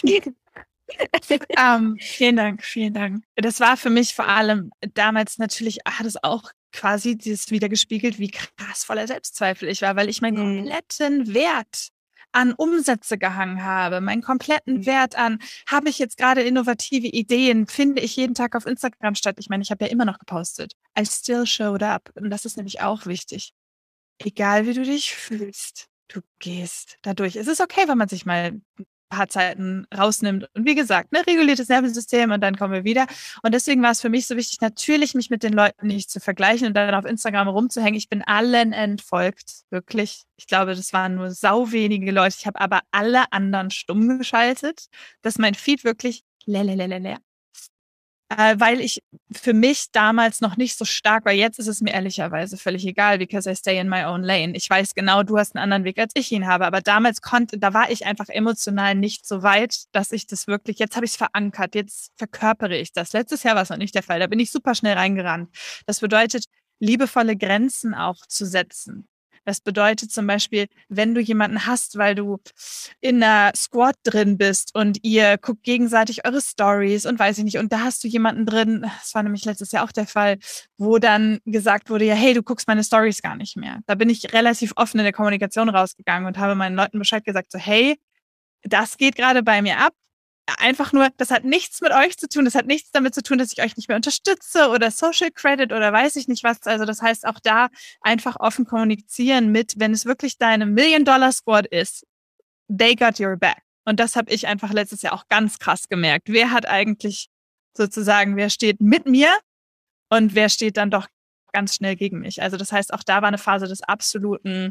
Vielen Dank. Das war für mich vor allem damals natürlich, hat es auch quasi dieses wiedergespiegelt, wie krass voller Selbstzweifel ich war, weil ich meinen kompletten Wert an Umsätze gehangen habe, meinen kompletten Wert an, habe ich jetzt gerade innovative Ideen, finde ich jeden Tag auf Instagram statt. Ich meine, ich habe ja immer noch gepostet. I still showed up. Und das ist nämlich auch wichtig. Egal wie du dich fühlst, du gehst dadurch. Es ist okay, wenn man sich mal ein paar Zeiten rausnimmt. Und wie gesagt, reguliertes Nervensystem und dann kommen wir wieder. Und deswegen war es für mich so wichtig, natürlich mich mit den Leuten nicht zu vergleichen und dann auf Instagram rumzuhängen. Ich bin allen entfolgt, wirklich. Ich glaube, das waren nur sau wenige Leute. Ich habe aber alle anderen stumm geschaltet, dass mein Feed wirklich leer. Weil ich für mich damals noch nicht so stark war. Jetzt ist es mir ehrlicherweise völlig egal, because I stay in my own lane. Ich weiß genau, du hast einen anderen Weg, als ich ihn habe. Aber damals da war ich einfach emotional nicht so weit, dass ich das wirklich, jetzt habe ich es verankert, jetzt verkörpere ich das. Letztes Jahr war es noch nicht der Fall. Da bin ich super schnell reingerannt. Das bedeutet, liebevolle Grenzen auch zu setzen. Das bedeutet zum Beispiel, wenn du jemanden hast, weil du in einer Squad drin bist und ihr guckt gegenseitig eure Stories und weiß ich nicht, und da hast du jemanden drin, das war nämlich letztes Jahr auch der Fall, wo dann gesagt wurde, ja, hey, du guckst meine Stories gar nicht mehr. Da bin ich relativ offen in der Kommunikation rausgegangen und habe meinen Leuten Bescheid gesagt, so, hey, das geht gerade bei mir ab. Einfach nur, das hat nichts mit euch zu tun, das hat nichts damit zu tun, dass ich euch nicht mehr unterstütze oder Social Credit oder weiß ich nicht was. Also das heißt auch da einfach offen kommunizieren mit, wenn es wirklich deine Million-Dollar-Squad ist, they got your back. Und das habe ich einfach letztes Jahr auch ganz krass gemerkt. Wer hat eigentlich sozusagen, wer steht mit mir und wer steht dann doch ganz schnell gegen mich. Also das heißt, auch da war eine Phase des absoluten,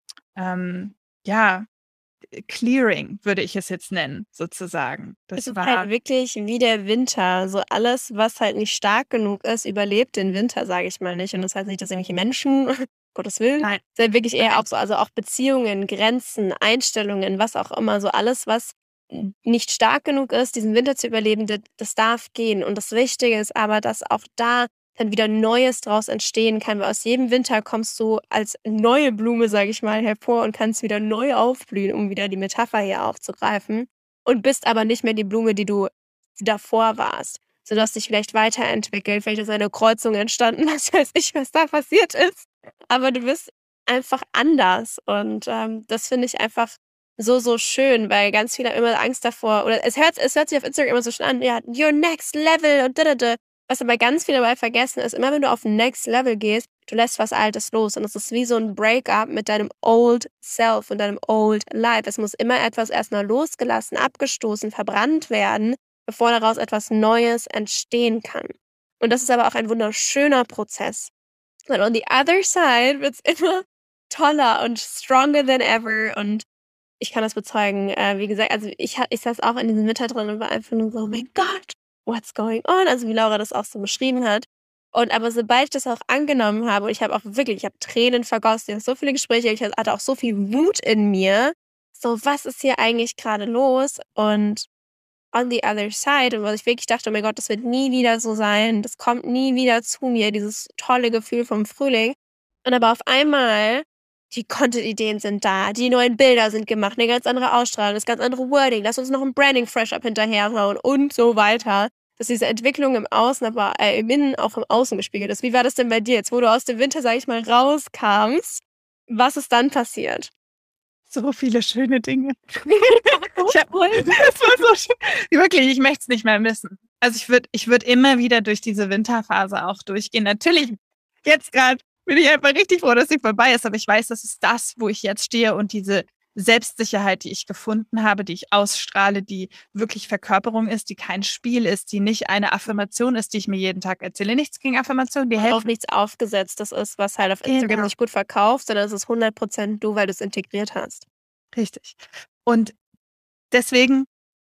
Clearing, würde ich es jetzt nennen, sozusagen. Es Das ist war halt wirklich wie der Winter. So alles, was halt nicht stark genug ist, überlebt den Winter, sage ich mal nicht. Und das heißt nicht, dass irgendwelche Menschen, Gottes Willen, nein, es ist wirklich eher nein. auch so, also auch Beziehungen, Grenzen, Einstellungen, was auch immer, so alles, was nicht stark genug ist, diesen Winter zu überleben, das darf gehen. Und das Wichtige ist aber, dass auch da dann wieder Neues draus entstehen kann, weil aus jedem Winter kommst du als neue Blume, sage ich mal, hervor und kannst wieder neu aufblühen, um wieder die Metapher hier aufzugreifen. Und bist aber nicht mehr die Blume, die du davor warst. So, du hast dich vielleicht weiterentwickelt, vielleicht ist eine Kreuzung entstanden, was weiß ich, was da passiert ist. Aber du bist einfach anders. Und das finde ich einfach so, so schön, weil ganz viele haben immer Angst davor. Oder es hört sich auf Instagram immer so schön an, ja, your next level und da. Was aber ganz viele dabei vergessen ist, immer wenn du auf Next Level gehst, du lässt was Altes los. Und es ist wie so ein Breakup mit deinem Old Self und deinem Old Life. Es muss immer etwas erstmal losgelassen, abgestoßen, verbrannt werden, bevor daraus etwas Neues entstehen kann. Und das ist aber auch ein wunderschöner Prozess. Und on the other side wird es immer toller und stronger than ever. Und ich kann das bezeugen. Wie gesagt, also ich saß auch in diesem Winter drin und war einfach nur so, oh mein Gott, what's going on? Also wie Laura das auch so beschrieben hat. Und aber sobald ich das auch angenommen habe, und ich habe Tränen vergossen, ich hatte so viele Gespräche, ich hatte auch so viel Wut in mir. So, was ist hier eigentlich gerade los? Und on the other side, und was ich wirklich dachte, oh mein Gott, das wird nie wieder so sein, das kommt nie wieder zu mir, dieses tolle Gefühl vom Frühling. Und aber auf einmal, die Content-Ideen sind da, die neuen Bilder sind gemacht, eine ganz andere Ausstrahlung, das ganz andere Wording, lass uns noch ein Branding-Fresh-Up hinterherhauen und so weiter. Dass diese Entwicklung im Außen, aber im Innen auch im Außen gespiegelt ist. Wie war das denn bei dir jetzt, wo du aus dem Winter, sag ich mal, rauskamst? Was ist dann passiert? So viele schöne Dinge. Das war so schön. Wirklich, ich möchte es nicht mehr missen. Also ich würd immer wieder durch diese Winterphase auch durchgehen. Natürlich, jetzt gerade bin ich einfach richtig froh, dass sie vorbei ist, aber ich weiß, das ist das, wo ich jetzt stehe und diese Selbstsicherheit, die ich gefunden habe, die ich ausstrahle, die wirklich Verkörperung ist, die kein Spiel ist, die nicht eine Affirmation ist, die ich mir jeden Tag erzähle. Nichts gegen Affirmationen, die helfen. Auch nichts Aufgesetztes ist, was halt auf Instagram nicht gut verkauft, sondern es ist 100% du, weil du es integriert hast. Richtig. Und deswegen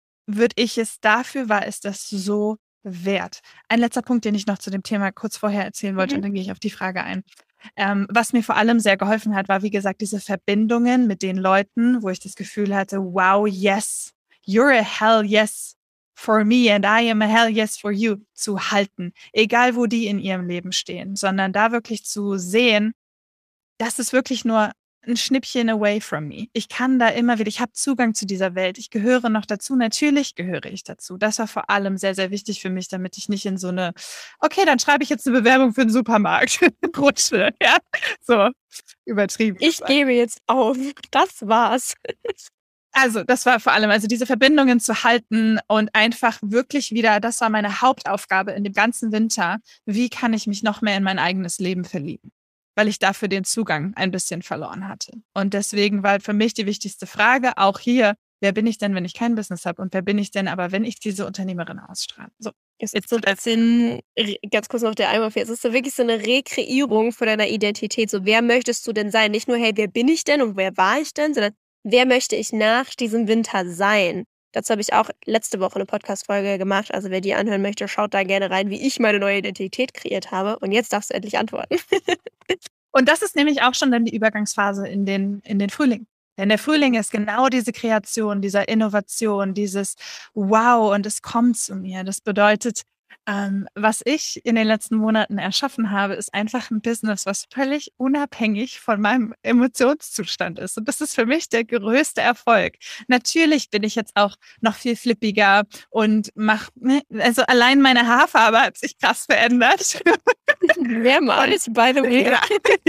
war es das so wert. Ein letzter Punkt, den ich noch zu dem Thema kurz vorher erzählen wollte, und dann gehe ich auf die Frage ein. Was mir vor allem sehr geholfen hat, war, wie gesagt, diese Verbindungen mit den Leuten, wo ich das Gefühl hatte, wow, yes, you're a hell yes for me and I am a hell yes for you, zu halten. Egal, wo die in ihrem Leben stehen, sondern da wirklich zu sehen, das ist wirklich nur ein Schnippchen away from me. Ich kann da immer wieder, ich habe Zugang zu dieser Welt. Ich gehöre noch dazu. Natürlich gehöre ich dazu. Das war vor allem sehr, sehr wichtig für mich, damit ich nicht in so eine, okay, dann schreibe ich jetzt eine Bewerbung für den Supermarkt rutsche. Ja, so übertrieben. Ich gebe jetzt auf. Das war's. Also, das war vor allem, also diese Verbindungen zu halten und einfach wirklich wieder, das war meine Hauptaufgabe in dem ganzen Winter. Wie kann ich mich noch mehr in mein eigenes Leben verlieben? Weil ich dafür den Zugang ein bisschen verloren hatte. Und deswegen war für mich die wichtigste Frage, auch hier, wer bin ich denn, wenn ich kein Business habe? Und wer bin ich denn aber, wenn ich diese Unternehmerin ausstrahle? So, es ist so ein bisschen, ganz kurz noch der Einwurf hier, es ist so wirklich so eine Rekreierung von deiner Identität. So, wer möchtest du denn sein? Nicht nur, hey, wer bin ich denn und wer war ich denn, sondern wer möchte ich nach diesem Winter sein? Dazu habe ich auch letzte Woche eine Podcast-Folge gemacht. Also wer die anhören möchte, schaut da gerne rein, wie ich meine neue Identität kreiert habe. Und jetzt darfst du endlich antworten. Und das ist nämlich auch schon dann die Übergangsphase in den Frühling. Denn der Frühling ist genau diese Kreation, dieser Innovation, dieses Wow und es kommt zu mir. Das bedeutet, Was ich in den letzten Monaten erschaffen habe, ist einfach ein Business, was völlig unabhängig von meinem Emotionszustand ist. Und das ist für mich der größte Erfolg. Natürlich bin ich jetzt auch noch viel flippiger und also allein meine Haarfarbe hat sich krass verändert. Mehrmals, by the way. Ja.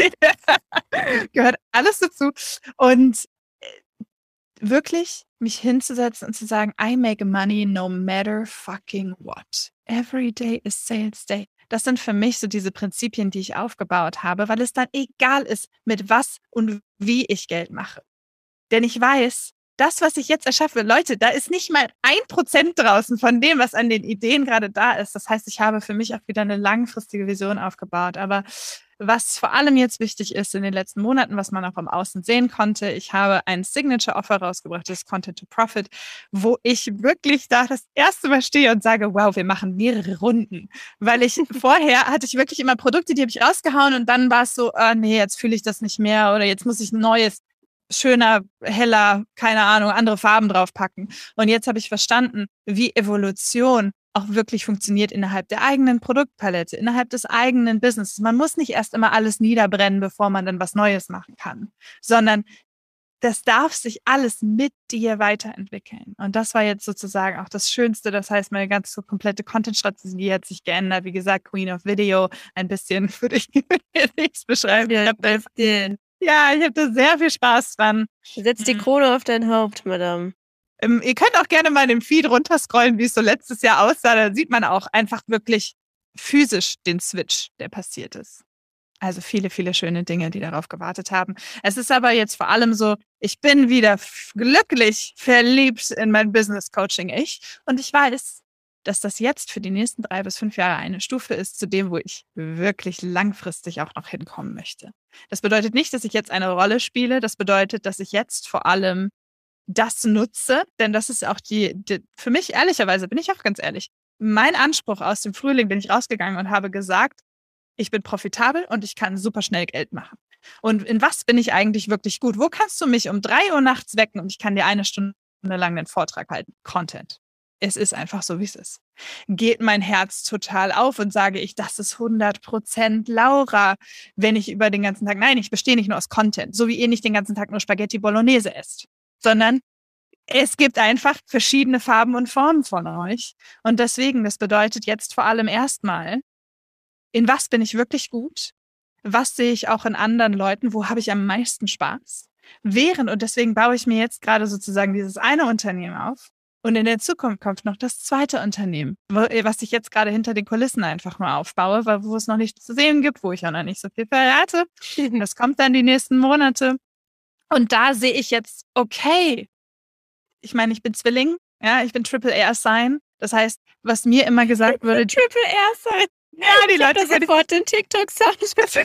Gehört alles dazu. Und wirklich mich hinzusetzen und zu sagen, I make money no matter fucking what. Every day is sales day. Das sind für mich so diese Prinzipien, die ich aufgebaut habe, weil es dann egal ist, mit was und wie ich Geld mache. Denn ich weiß, das, was ich jetzt erschaffe, Leute, da ist nicht mal 1% draußen von dem, was an den Ideen gerade da ist. Das heißt, ich habe für mich auch wieder eine langfristige Vision aufgebaut. Aber was vor allem jetzt wichtig ist in den letzten Monaten, was man auch am Außen sehen konnte, ich habe ein Signature-Offer rausgebracht, das Content to Profit, wo ich wirklich da das erste Mal stehe und sage, wow, wir machen mehrere Runden. Weil ich vorher hatte ich wirklich immer Produkte, die habe ich rausgehauen und dann war es so, nee, jetzt fühle ich das nicht mehr oder jetzt muss ich ein neues, schöner, heller, keine Ahnung, andere Farben draufpacken. Und jetzt habe ich verstanden, wie Evolution auch wirklich funktioniert innerhalb der eigenen Produktpalette, innerhalb des eigenen Businesses. Man muss nicht erst immer alles niederbrennen, bevor man dann was Neues machen kann, sondern das darf sich alles mit dir weiterentwickeln. Und das war jetzt sozusagen auch das Schönste. Das heißt, meine ganze komplette Content-Strategie hat sich geändert. Wie gesagt, Queen of Video, ein bisschen würde ich nichts beschreiben. Ja, ich habe da sehr viel Spaß dran. Setz die Krone auf dein Haupt, Madame. Ihr könnt auch gerne mal in dem Feed runterscrollen, wie es so letztes Jahr aussah. Da sieht man auch einfach wirklich physisch den Switch, der passiert ist. Also viele, viele schöne Dinge, die darauf gewartet haben. Es ist aber jetzt vor allem so, ich bin wieder glücklich verliebt in mein Business Coaching und ich weiß, dass das jetzt für die nächsten 3 bis 5 Jahre eine Stufe ist zu dem, wo ich wirklich langfristig auch noch hinkommen möchte. Das bedeutet nicht, dass ich jetzt eine Rolle spiele. Das bedeutet, dass ich jetzt vor allem das nutze, denn das ist auch für mich ehrlicherweise, bin ich auch ganz ehrlich, mein Anspruch aus dem Frühling bin ich rausgegangen und habe gesagt, ich bin profitabel und ich kann super schnell Geld machen. Und in was bin ich eigentlich wirklich gut? Wo kannst du mich um 3 Uhr nachts wecken und ich kann dir 1 Stunde lang einen Vortrag halten? Content. Es ist einfach so, wie es ist. Geht mein Herz total auf und sage ich, das ist 100% Laura, wenn ich über den ganzen Tag, nein, ich bestehe nicht nur aus Content, so wie ihr nicht den ganzen Tag nur Spaghetti Bolognese esst, sondern es gibt einfach verschiedene Farben und Formen von euch. Und deswegen, das bedeutet jetzt vor allem erstmal, in was bin ich wirklich gut? Was sehe ich auch in anderen Leuten? Wo habe ich am meisten Spaß? Und deswegen baue ich mir jetzt gerade sozusagen dieses eine Unternehmen auf. Und in der Zukunft kommt noch das zweite Unternehmen, was ich jetzt gerade hinter den Kulissen einfach mal aufbaue, wo es noch nichts zu sehen gibt, wo ich auch noch nicht so viel verrate. Das kommt dann die nächsten Monate. Und da sehe ich jetzt, okay, ich meine, ich bin Zwilling, ja, ich bin Triple R-Sign. Das heißt, was mir immer gesagt wurde, Triple R-Sign. Ja, die Leute können sofort den TikTok-Sound.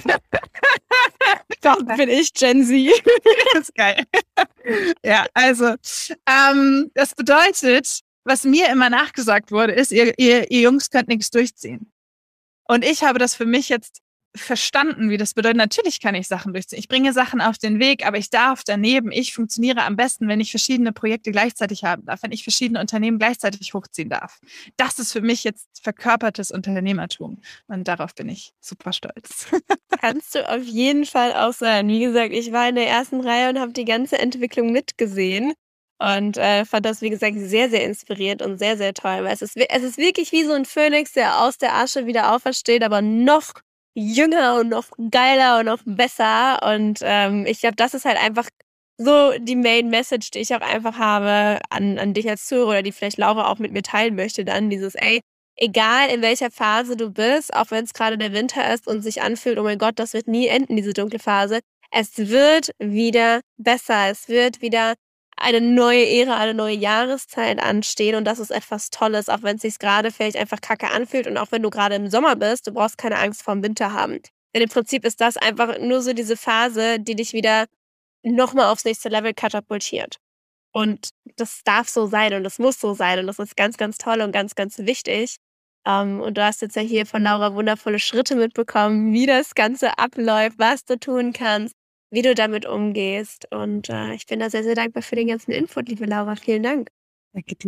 Doch, bin ich Gen Z. Das ist geil. Ja, also, das bedeutet, was mir immer nachgesagt wurde, ist, ihr Jungs könnt nichts durchziehen. Und ich habe das für mich jetzt verstanden, wie das bedeutet. Natürlich kann ich Sachen durchziehen. Ich bringe Sachen auf den Weg, aber ich funktioniere am besten, wenn ich verschiedene Projekte gleichzeitig haben darf, wenn ich verschiedene Unternehmen gleichzeitig hochziehen darf. Das ist für mich jetzt verkörpertes Unternehmertum. Und darauf bin ich super stolz. Kannst du auf jeden Fall auch sein. Wie gesagt, ich war in der ersten Reihe und habe die ganze Entwicklung mitgesehen. Und fand das, wie gesagt, sehr, sehr inspirierend und sehr, sehr toll. Weil es ist wirklich wie so ein Phönix, der aus der Asche wieder aufersteht, aber noch jünger und noch geiler und noch besser. Und ich glaube, das ist halt einfach so die Main Message, die ich auch einfach habe an dich als Zuhörer oder die vielleicht Laura auch mit mir teilen möchte dann. Dieses, ey, egal in welcher Phase du bist, auch wenn es gerade der Winter ist und sich anfühlt, oh mein Gott, das wird nie enden, diese dunkle Phase. Es wird wieder besser. Es wird wieder eine neue Ära, eine neue Jahreszeit anstehen und das ist etwas Tolles, auch wenn es sich gerade vielleicht einfach kacke anfühlt und auch wenn du gerade im Sommer bist, du brauchst keine Angst vor dem Winter haben. Denn im Prinzip ist das einfach nur so diese Phase, die dich wieder nochmal aufs nächste Level katapultiert. Und das darf so sein und das muss so sein und das ist ganz, ganz toll und ganz, ganz wichtig. Und du hast jetzt ja hier von Laura wundervolle Schritte mitbekommen, wie das Ganze abläuft, was du tun kannst, wie du damit umgehst. Und ich bin da sehr, sehr dankbar für den ganzen Input, liebe Laura. Vielen Dank. Danke dir.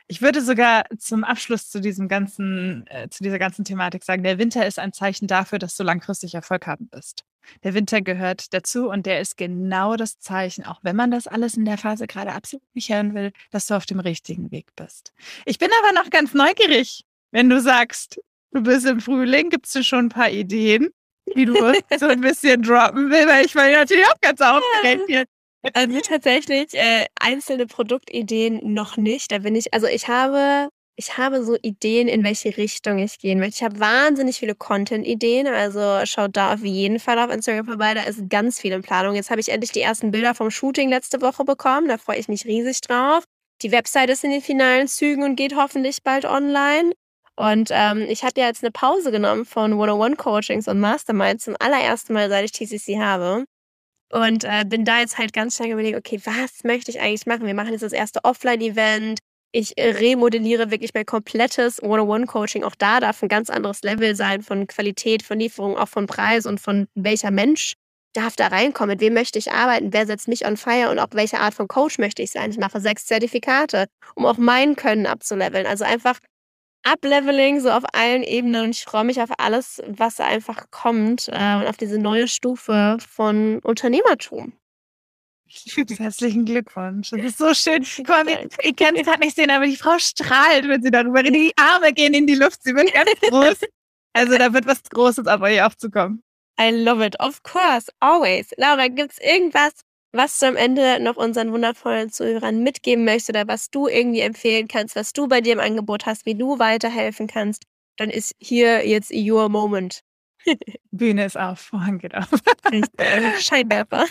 Ich würde sogar zum Abschluss zu dieser ganzen Thematik sagen, der Winter ist ein Zeichen dafür, dass du langfristig Erfolg haben wirst. Der Winter gehört dazu und der ist genau das Zeichen, auch wenn man das alles in der Phase gerade absolut nicht hören will, dass du auf dem richtigen Weg bist. Ich bin aber noch ganz neugierig, wenn du sagst, du bist im Frühling, gibt es dir schon ein paar Ideen, die du so ein bisschen droppen willst, weil ich war natürlich auch ganz aufgeregt hier. Also tatsächlich einzelne Produktideen noch nicht. Ich habe so Ideen, in welche Richtung ich gehen möchte. Ich habe wahnsinnig viele Content-Ideen, also schaut da auf jeden Fall auf Instagram vorbei, da ist ganz viel in Planung. Jetzt habe ich endlich die ersten Bilder vom Shooting letzte Woche bekommen, da freue ich mich riesig drauf. Die Website ist in den finalen Zügen und geht hoffentlich bald online. Und ich habe ja jetzt eine Pause genommen von One-on-One-Coachings und Masterminds zum allerersten Mal, seit ich TCC habe. Und bin da jetzt halt ganz stark überlegt, okay, was möchte ich eigentlich machen? Wir machen jetzt das erste Offline-Event. Ich remodelliere wirklich mein komplettes One-on-One-Coaching. Auch da darf ein ganz anderes Level sein von Qualität, von Lieferung, auch von Preis und von welcher Mensch darf da reinkommen. Mit wem möchte ich arbeiten? Wer setzt mich on fire? Und auch welche Art von Coach möchte ich sein? Ich mache 6 Zertifikate, um auch mein Können abzuleveln. Also einfach Upleveling so auf allen Ebenen und ich freue mich auf alles, was einfach kommt und auf diese neue Stufe von Unternehmertum. Herzlichen Glückwunsch. Das ist so schön. Guck mal, ich kann es gerade nicht sehen, aber die Frau strahlt, wenn sie darüber redet. Die Arme gehen in die Luft. Sie wird ganz groß. Also da wird was Großes auf euch aufzukommen. I love it. Of course. Always. Laura, gibt's irgendwas, was du am Ende noch unseren wundervollen Zuhörern mitgeben möchtest oder was du irgendwie empfehlen kannst, was du bei dir im Angebot hast, wie du weiterhelfen kannst? Dann ist hier jetzt your moment. Bühne ist auf, Vorhang geht auf. Scheinwerfer.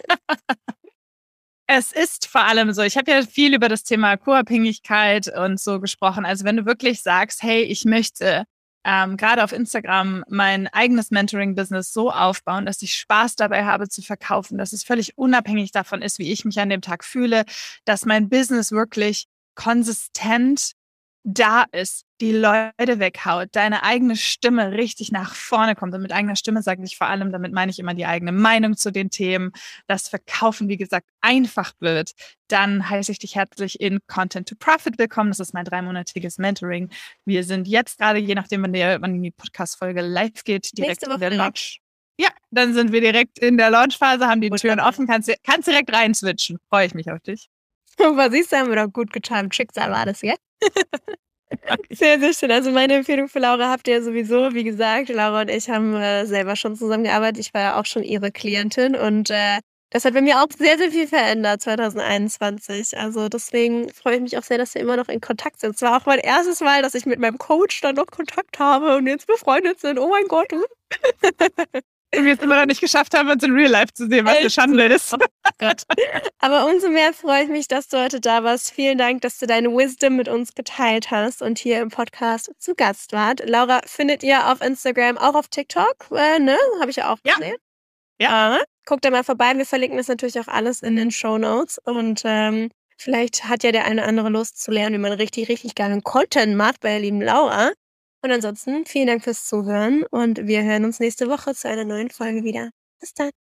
Es ist vor allem so, ich habe ja viel über das Thema Co-Abhängigkeit und so gesprochen. Also wenn du wirklich sagst, hey, ich möchte gerade auf Instagram mein eigenes Mentoring-Business so aufbauen, dass ich Spaß dabei habe zu verkaufen, dass es völlig unabhängig davon ist, wie ich mich an dem Tag fühle, dass mein Business wirklich konsistent da ist, die Leute weghaut, deine eigene Stimme richtig nach vorne kommt. Und mit eigener Stimme sage ich vor allem, damit meine ich immer die eigene Meinung zu den Themen, das Verkaufen, wie gesagt, einfach wird, dann heiße ich dich herzlich in Content to Profit willkommen. Das ist mein 3-monatiges Mentoring. Wir sind jetzt gerade, je nachdem, wann die Podcast-Folge live geht, direkt in der Launch. Ja, dann sind wir direkt in der Launchphase, haben die Türen offen, kannst direkt rein switchen. Freue ich mich auf dich. Super, siehst du, haben wir doch gut getimt. Schicksal war das, ja? Sehr, sehr schön. Also meine Empfehlung für Laura habt ihr sowieso, wie gesagt, Laura und ich haben selber schon zusammengearbeitet. Ich war ja auch schon ihre Klientin und das hat bei mir auch sehr, sehr viel verändert 2021. Also deswegen freue ich mich auch sehr, dass wir immer noch in Kontakt sind. Es war auch mein erstes Mal, dass ich mit meinem Coach dann noch Kontakt habe und jetzt befreundet sind. Oh mein Gott. Und wir es immer noch nicht geschafft haben, uns in Real Life zu sehen, was eine Schande ist. Oh Gott. Aber umso mehr freue ich mich, dass du heute da warst. Vielen Dank, dass du deine Wisdom mit uns geteilt hast und hier im Podcast zu Gast wart. Laura findet ihr auf Instagram, auch auf TikTok, ne? Habe ich ja auch gesehen. Ja. Guckt da mal vorbei. Wir verlinken das natürlich auch alles in den Shownotes. Und vielleicht hat ja der eine oder andere Lust zu lernen, wie man richtig, richtig geilen Content macht bei der lieben Laura. Und ansonsten vielen Dank fürs Zuhören und wir hören uns nächste Woche zu einer neuen Folge wieder. Bis dann.